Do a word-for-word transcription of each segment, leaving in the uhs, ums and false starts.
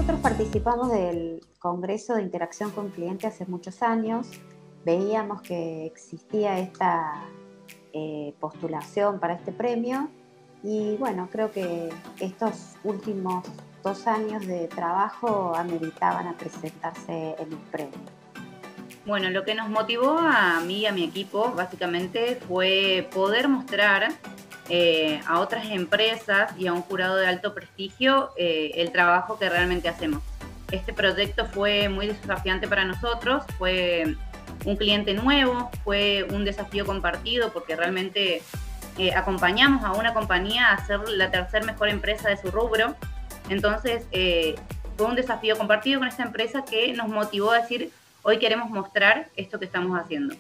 nosotros participamos del Congreso de Interacción con Cliente hace muchos años. Veíamos que existía esta eh, postulación para este premio y bueno, creo que estos últimos dos años de trabajo ameritaban a presentarse en el premio. Bueno, lo que nos motivó a mí y a mi equipo básicamente fue poder mostrar eh, a otras empresas y a un jurado de alto prestigio eh, el trabajo que realmente hacemos. Este proyecto fue muy desafiante para nosotros, fue un cliente nuevo, fue un desafío compartido porque realmente eh, acompañamos a una compañía a ser la tercer mejor empresa de su rubro. Entonces eh, fue un desafío compartido con esta empresa que nos motivó a decir: hoy queremos mostrar esto que estamos haciendo.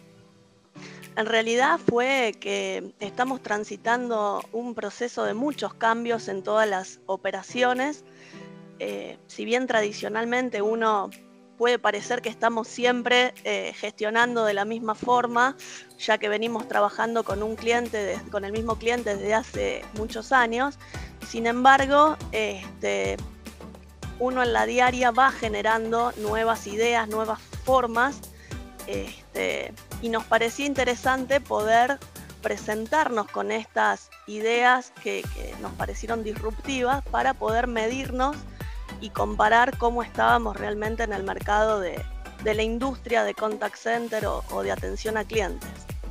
En realidad fue que estamos transitando un proceso de muchos cambios en todas las operaciones. Eh, si bien tradicionalmente uno puede parecer que estamos siempre eh, gestionando de la misma forma, ya que venimos trabajando con un cliente, de, con el mismo cliente desde hace muchos años. Sin embargo, este, uno en la diaria va generando nuevas ideas, nuevas formas, este, y nos parecía interesante poder presentarnos con estas ideas que, que nos parecieron disruptivas para poder medirnos y comparar cómo estábamos realmente en el mercado de, de la industria de contact center o, o de atención a clientes.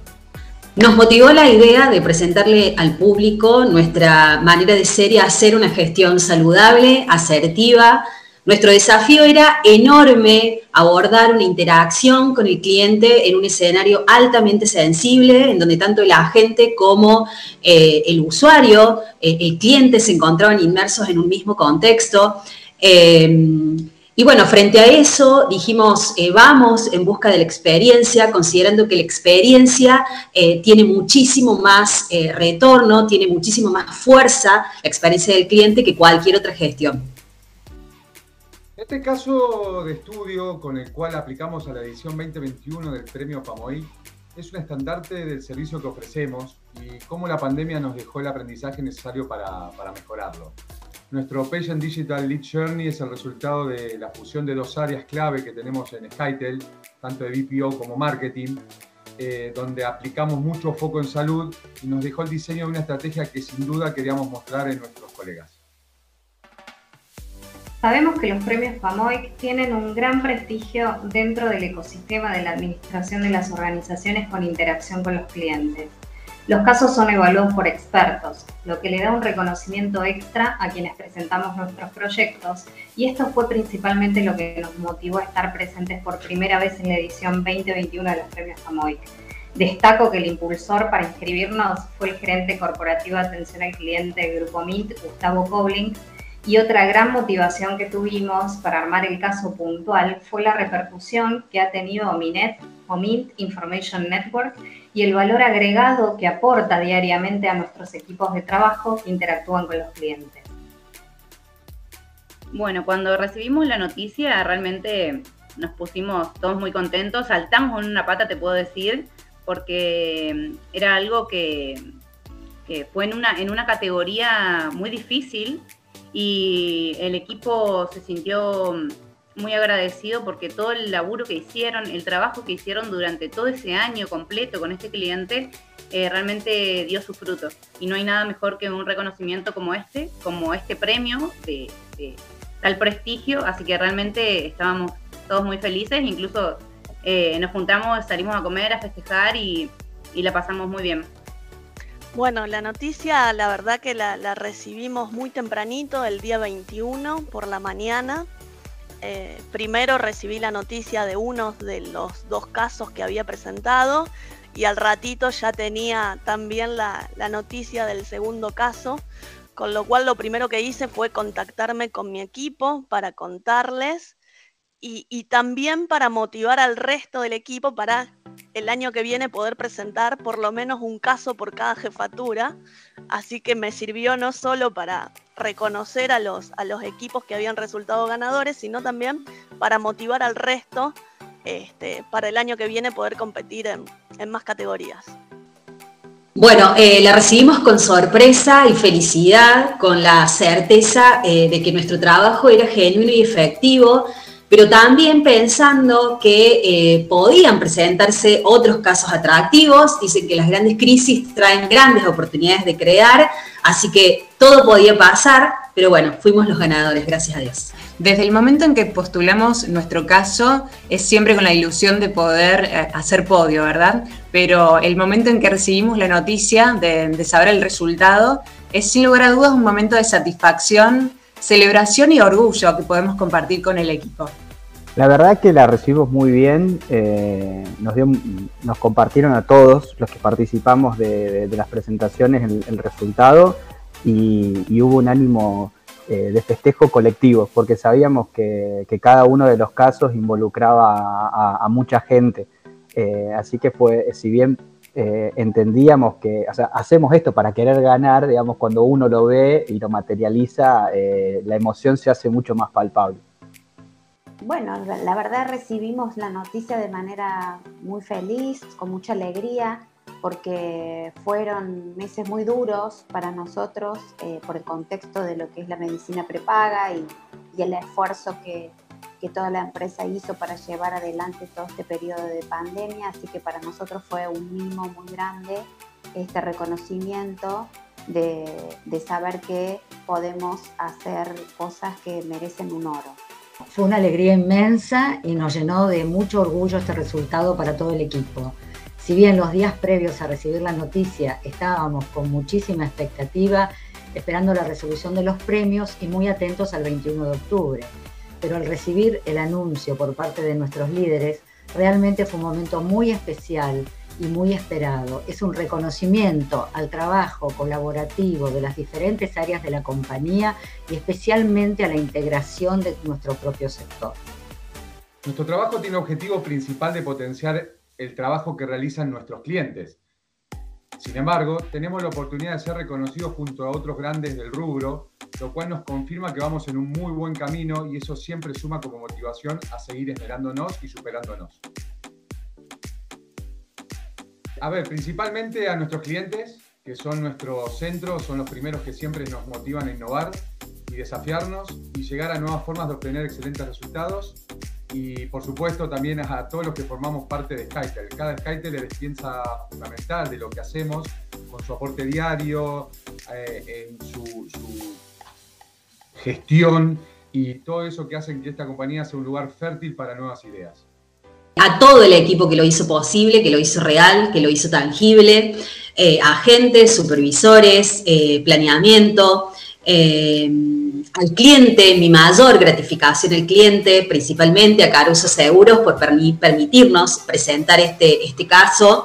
Nos motivó la idea de presentarle al público nuestra manera de ser y hacer una gestión saludable, asertiva. Nuestro desafío era enorme, abordar una interacción con el cliente en un escenario altamente sensible, en donde tanto el agente como eh, el usuario, eh, el cliente se encontraban inmersos en un mismo contexto. Eh, y bueno, frente a eso dijimos, eh, vamos en busca de la experiencia, considerando que la experiencia eh, tiene muchísimo más eh, retorno, tiene muchísimo más fuerza, la experiencia del cliente, que cualquier otra gestión. Este caso de estudio con el cual aplicamos a la edición veinte veintiuno del premio PAMOIC es un estandarte del servicio que ofrecemos y cómo la pandemia nos dejó el aprendizaje necesario para, para mejorarlo. Nuestro Patient Digital Lead Journey es el resultado de la fusión de dos áreas clave que tenemos en Skytel, tanto de B P O como marketing, eh, donde aplicamos mucho foco en salud y nos dejó el diseño de una estrategia que sin duda queríamos mostrar en nuestros colegas. Sabemos que los premios PAMOIC tienen un gran prestigio dentro del ecosistema de la administración de las organizaciones con interacción con los clientes. Los casos son evaluados por expertos, lo que le da un reconocimiento extra a quienes presentamos nuestros proyectos, y esto fue principalmente lo que nos motivó a estar presentes por primera vez en la edición veinte veintiuno de los premios PAMOIC. Destaco que el impulsor para inscribirnos fue el gerente corporativo de atención al cliente de Grupo Mint, Gustavo Kobling, y otra gran motivación que tuvimos para armar el caso puntual fue la repercusión que ha tenido Ominet, Omint Information Network, y el valor agregado que aporta diariamente a nuestros equipos de trabajo que interactúan con los clientes. Bueno, cuando recibimos la noticia realmente nos pusimos todos muy contentos, saltamos en una pata, te puedo decir, porque era algo que, que fue en una, en una categoría muy difícil. Y el equipo se sintió muy agradecido porque todo el laburo que hicieron, el trabajo que hicieron durante todo ese año completo con este cliente, eh, realmente dio sus frutos. Y no hay nada mejor que un reconocimiento como este, como este premio de, de tal prestigio. Así que realmente estábamos todos muy felices, incluso eh, nos juntamos, salimos a comer, a festejar y, y la pasamos muy bien. Bueno, la noticia la verdad que la, la recibimos muy tempranito, el día veintiuno por la mañana. Eh, primero recibí la noticia de uno de los dos casos que había presentado y al ratito ya tenía también la, la noticia del segundo caso, con lo cual lo primero que hice fue contactarme con mi equipo para contarles y, y también para motivar al resto del equipo para el año que viene poder presentar por lo menos un caso por cada jefatura, así que me sirvió no solo para reconocer a los, a los equipos que habían resultado ganadores, sino también para motivar al resto este, para el año que viene poder competir en, en más categorías. Bueno, eh, la recibimos con sorpresa y felicidad, con la certeza eh, de que nuestro trabajo era genuino y efectivo, pero también pensando que eh, podían presentarse otros casos atractivos. Dicen que las grandes crisis traen grandes oportunidades de crear, así que todo podía pasar, pero bueno, fuimos los ganadores, gracias a Dios. Desde el momento en que postulamos nuestro caso, es siempre con la ilusión de poder eh, hacer podio, ¿verdad? Pero el momento en que recibimos la noticia de, de saber el resultado, es sin lugar a dudas un momento de satisfacción, celebración y orgullo que podemos compartir con el equipo. La verdad que la recibimos muy bien, eh, nos, dio, nos compartieron a todos los que participamos de, de, de las presentaciones el, el resultado y, y hubo un ánimo eh, de festejo colectivo, porque sabíamos que, que cada uno de los casos involucraba a, a, a mucha gente, eh, así que fue, si bien eh, entendíamos que, o sea, hacemos esto para querer ganar, digamos, cuando uno lo ve y lo materializa, eh, la emoción se hace mucho más palpable. Bueno, la verdad recibimos la noticia de manera muy feliz, con mucha alegría, porque fueron meses muy duros para nosotros eh, por el contexto de lo que es la medicina prepaga y, y el esfuerzo que, que toda la empresa hizo para llevar adelante todo este periodo de pandemia, así que para nosotros fue un mimo muy grande este reconocimiento de, de saber que podemos hacer cosas que merecen un oro. Fue una alegría inmensa y nos llenó de mucho orgullo este resultado para todo el equipo. Si bien los días previos a recibir la noticia estábamos con muchísima expectativa, esperando la resolución de los premios y muy atentos al veintiuno de octubre, pero al recibir el anuncio por parte de nuestros líderes, realmente fue un momento muy especial y muy esperado. Es un reconocimiento al trabajo colaborativo de las diferentes áreas de la compañía y especialmente a la integración de nuestro propio sector. Nuestro trabajo tiene el objetivo principal de potenciar el trabajo que realizan nuestros clientes. Sin embargo, tenemos la oportunidad de ser reconocidos junto a otros grandes del rubro, lo cual nos confirma que vamos en un muy buen camino y eso siempre suma como motivación a seguir esmerándonos y superándonos. A ver, principalmente a nuestros clientes, que son nuestro centro, son los primeros que siempre nos motivan a innovar y desafiarnos y llegar a nuevas formas de obtener excelentes resultados. Y por supuesto también a todos los que formamos parte de Skytel. Cada Skytel es pieza fundamental de lo que hacemos, con su aporte diario, eh, en su, su gestión y todo eso que hace que esta compañía sea un lugar fértil para nuevas ideas. A todo el equipo que lo hizo posible, que lo hizo real, que lo hizo tangible, eh, agentes, supervisores, eh, planeamiento, eh, al cliente, mi mayor gratificación al cliente, principalmente a Caruso Seguros por permi- permitirnos presentar este, este caso.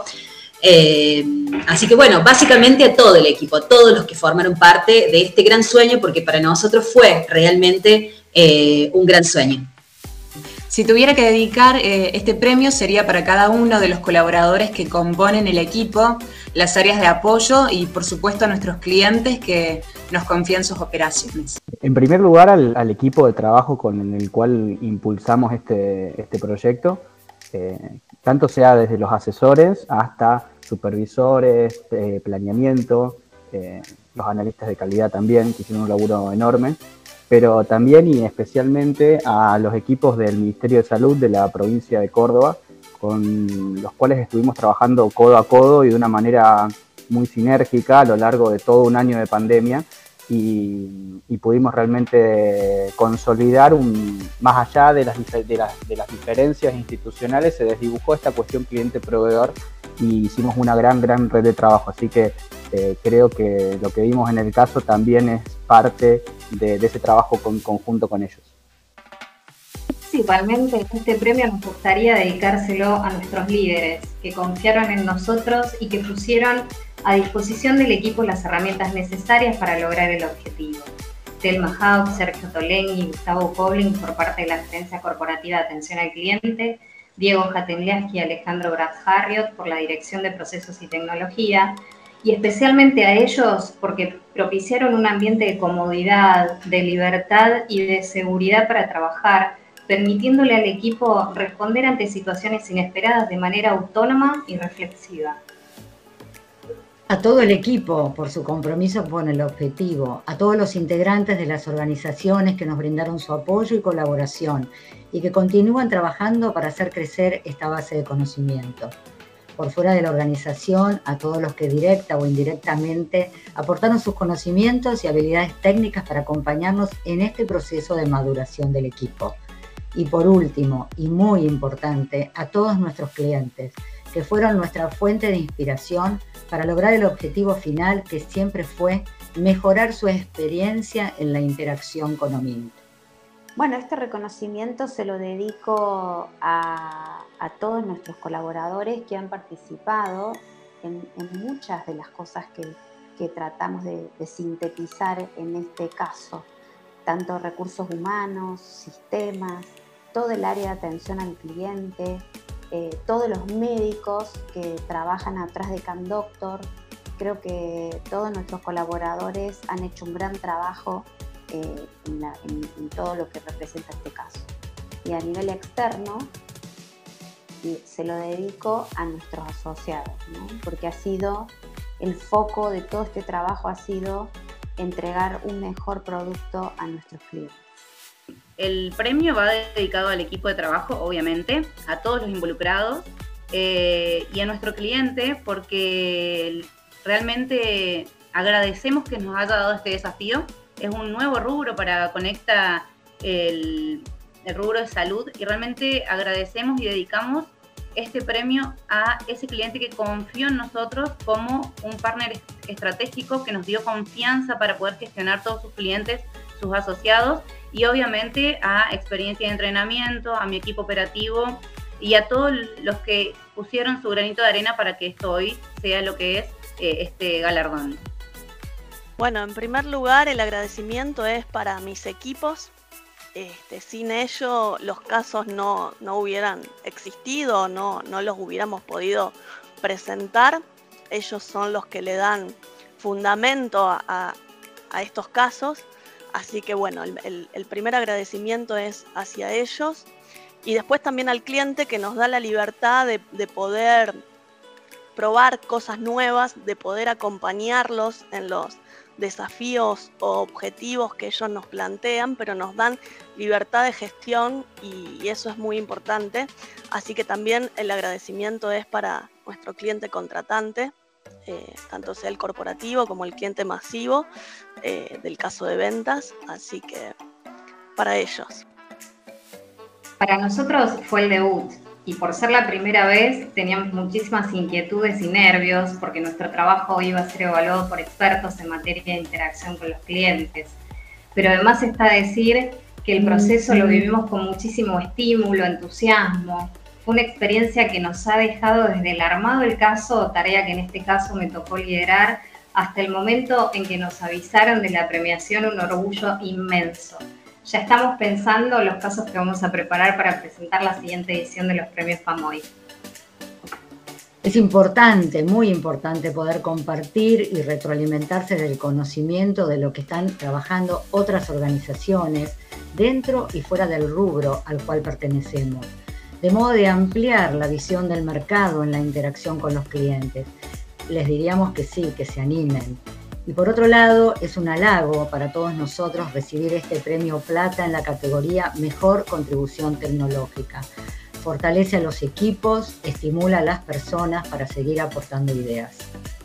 Eh, así que bueno, básicamente a todo el equipo, a todos los que formaron parte de este gran sueño, porque para nosotros fue realmente eh, un gran sueño. Si tuviera que dedicar eh, este premio sería para cada uno de los colaboradores que componen el equipo, las áreas de apoyo y por supuesto a nuestros clientes que nos confían sus operaciones. En primer lugar al, al equipo de trabajo con el cual impulsamos este, este proyecto, eh, tanto sea desde los asesores hasta supervisores, eh, planeamiento, eh, los analistas de calidad también, que hicieron un laburo enorme, pero también y especialmente a los equipos del Ministerio de Salud de la provincia de Córdoba, con los cuales estuvimos trabajando codo a codo y de una manera muy sinérgica a lo largo de todo un año de pandemia y, y pudimos realmente consolidar, un, más allá de las, de, las, de las diferencias institucionales, se desdibujó esta cuestión cliente-proveedor y hicimos una gran, gran red de trabajo, así que eh, creo que lo que vimos en el caso también es parte de, de ese trabajo con, conjunto con ellos. Principalmente este premio nos gustaría dedicárselo a nuestros líderes que confiaron en nosotros y que pusieron a disposición del equipo las herramientas necesarias para lograr el objetivo. Telma Haug, Sergio Tolenghi y Gustavo Kobling por parte de la Gerencia Corporativa de Atención al Cliente, Diego Jatemliaski y Alejandro Brad-Harriot por la Dirección de Procesos y Tecnología, y especialmente a ellos porque propiciaron un ambiente de comodidad, de libertad y de seguridad para trabajar, permitiéndole al equipo responder ante situaciones inesperadas de manera autónoma y reflexiva. A todo el equipo por su compromiso con el objetivo, a todos los integrantes de las organizaciones que nos brindaron su apoyo y colaboración y que continúan trabajando para hacer crecer esta base de conocimiento. Por fuera de la organización, a todos los que directa o indirectamente aportaron sus conocimientos y habilidades técnicas para acompañarnos en este proceso de maduración del equipo. Y por último, y muy importante, a todos nuestros clientes, que fueron nuestra fuente de inspiración para lograr el objetivo final, que siempre fue mejorar su experiencia en la interacción con OMINT. Bueno, este reconocimiento se lo dedico a, a todos nuestros colaboradores que han participado en, en muchas de las cosas que, que tratamos de, de sintetizar en este caso, tanto recursos humanos, sistemas, todo el área de atención al cliente, eh, todos los médicos que trabajan atrás de CanDoctor. Creo que todos nuestros colaboradores han hecho un gran trabajo eh, en, la, en, en todo lo que representa este caso. Y a nivel externo, y se lo dedico a nuestros asociados, ¿no? Porque ha sido el foco de todo este trabajo, ha sido entregar un mejor producto a nuestros clientes. El premio va dedicado al equipo de trabajo, obviamente, a todos los involucrados eh, y a nuestro cliente, porque realmente agradecemos que nos haya dado este desafío. Es un nuevo rubro para Conecta, el, el rubro de salud, y realmente agradecemos y dedicamos este premio a ese cliente que confió en nosotros como un partner estratégico, que nos dio confianza para poder gestionar todos sus clientes, sus asociados, y obviamente a experiencia de entrenamiento, a mi equipo operativo y a todos los que pusieron su granito de arena para que esto hoy sea lo que es eh, este galardón. Bueno, en primer lugar, el agradecimiento es para mis equipos. Este, sin ello los casos no, no hubieran existido, no, no los hubiéramos podido presentar. Ellos son los que le dan fundamento a, a, a estos casos. Así que bueno, el, el, el primer agradecimiento es hacia ellos, y después también al cliente, que nos da la libertad de, de poder probar cosas nuevas, de poder acompañarlos en los desafíos o objetivos que ellos nos plantean, pero nos dan libertad de gestión, y, y eso es muy importante. Así que también el agradecimiento es para nuestro cliente contratante, eh, tanto sea el corporativo como el cliente masivo, eh, del caso de ventas, así que para ellos. Para nosotros fue el debut, y por ser la primera vez teníamos muchísimas inquietudes y nervios, porque nuestro trabajo iba a ser evaluado por expertos en materia de interacción con los clientes. Pero además está decir que el proceso lo vivimos con muchísimo estímulo, entusiasmo. Fue una experiencia que nos ha dejado desde el armado del caso, tarea que en este caso me tocó liderar, hasta el momento en que nos avisaron de la premiación, un orgullo inmenso. Ya estamos pensando los casos que vamos a preparar para presentar la siguiente edición de los premios FAMOI. Es importante, muy importante, poder compartir y retroalimentarse del conocimiento de lo que están trabajando otras organizaciones dentro y fuera del rubro al cual pertenecemos, de modo de ampliar la visión del mercado en la interacción con los clientes. Les diríamos que sí, que se animen. Y por otro lado, es un halago para todos nosotros recibir este premio plata en la categoría Mejor Contribución Tecnológica. Fortalece a los equipos, estimula a las personas para seguir aportando ideas.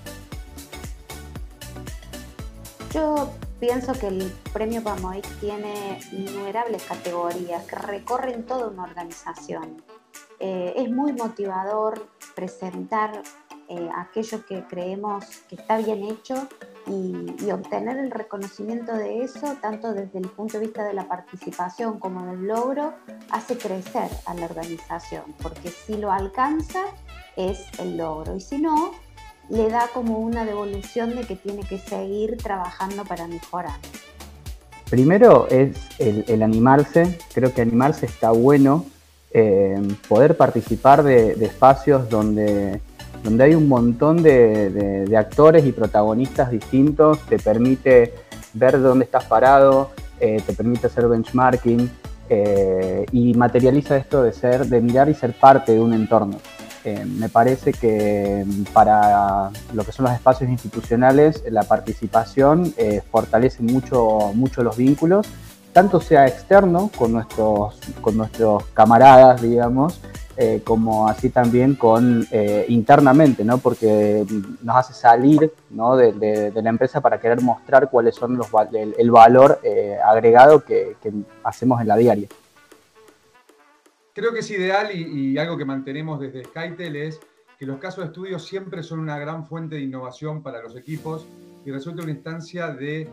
Yo pienso que el premio PAMOIC tiene innumerables categorías que recorren toda una organización. Eh, es muy motivador presentar eh, aquello que creemos que está bien hecho y, y obtener el reconocimiento de eso, tanto desde el punto de vista de la participación como del logro, hace crecer a la organización, porque si lo alcanza es el logro, y si no, le da como una devolución de que tiene que seguir trabajando para mejorar. Primero es el, el animarse. Creo que animarse está bueno, eh, poder participar de, de espacios donde, donde hay un montón de, de, de actores y protagonistas distintos, te permite ver dónde estás parado, eh, te permite hacer benchmarking, eh, y materializa esto de ser, de mirar y ser parte de un entorno. Eh, me parece que para lo que son los espacios institucionales, la participación eh, fortalece mucho, mucho los vínculos, tanto sea externo con nuestros, con nuestros camaradas, digamos, eh, como así también con eh, internamente, ¿no? Porque nos hace salir, ¿no? de, de, de la empresa para querer mostrar cuáles son los, el, el valor eh, agregado que, que hacemos en la diaria. Creo que es ideal y, y algo que mantenemos desde Skytel es que los casos de estudio siempre son una gran fuente de innovación para los equipos y resulta una instancia de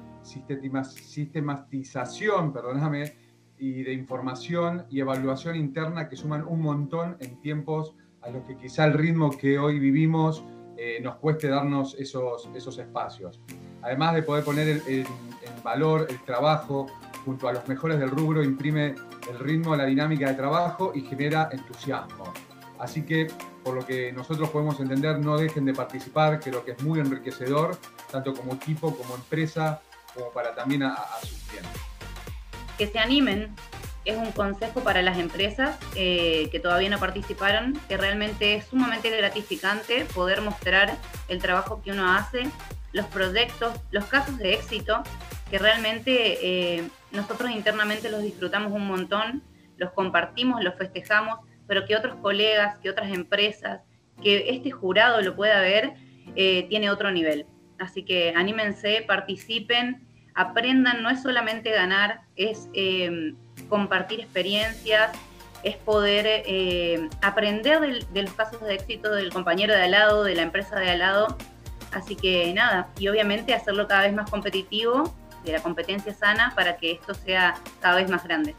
sistematización, perdóname, y de información y evaluación interna que suman un montón en tiempos a los que quizá el ritmo que hoy vivimos eh, nos cueste darnos esos, esos espacios. Además de poder poner en, en, en valor el trabajo junto a los mejores del rubro, imprime el ritmo, la dinámica de trabajo y genera entusiasmo. Así que, por lo que nosotros podemos entender, no dejen de participar, creo que es muy enriquecedor, tanto como equipo, como empresa, como para también a, a sus clientes. Que se animen, es un consejo para las empresas eh, que todavía no participaron, que realmente es sumamente gratificante poder mostrar el trabajo que uno hace, los proyectos, los casos de éxito, que realmente eh, nosotros internamente los disfrutamos un montón, los compartimos, los festejamos, pero que otros colegas, que otras empresas, que este jurado lo pueda ver, eh, tiene otro nivel. Así que anímense, participen, aprendan, no es solamente ganar, es eh, compartir experiencias, es poder eh, aprender de, de los casos de éxito del compañero de al lado, de la empresa de al lado. Así que nada, y obviamente hacerlo cada vez más competitivo, de la competencia sana, para que esto sea cada vez más grande.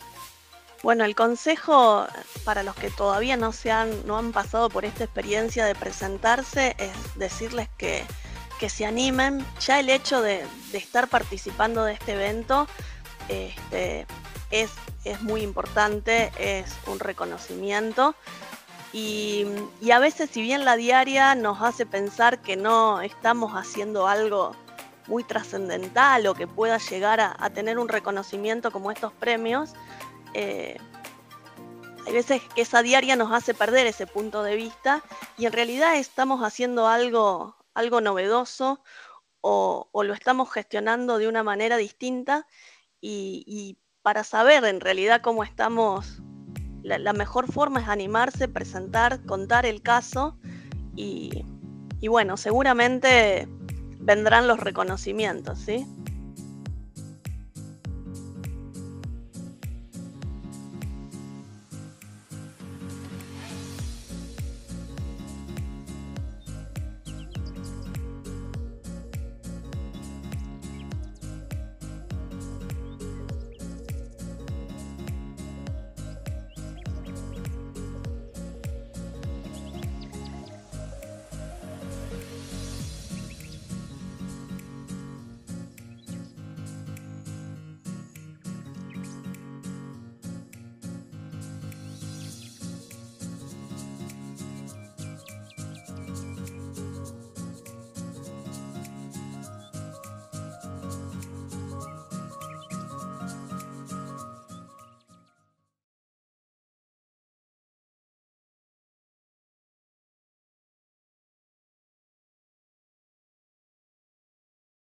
Bueno, el consejo para los que todavía no, se han, no han pasado por esta experiencia de presentarse es decirles que, que se animen. Ya el hecho de, de estar participando de este evento este, es, es muy importante, es un reconocimiento. Y, y a veces, si bien la diaria nos hace pensar que no estamos haciendo algo muy trascendental o que pueda llegar a, a tener un reconocimiento como estos premios, eh, hay veces que esa diaria nos hace perder ese punto de vista y en realidad estamos haciendo algo, algo novedoso o, o lo estamos gestionando de una manera distinta y, y para saber en realidad cómo estamos, la, la mejor forma es animarse, presentar, contar el caso y, y bueno, seguramente vendrán los reconocimientos, ¿sí?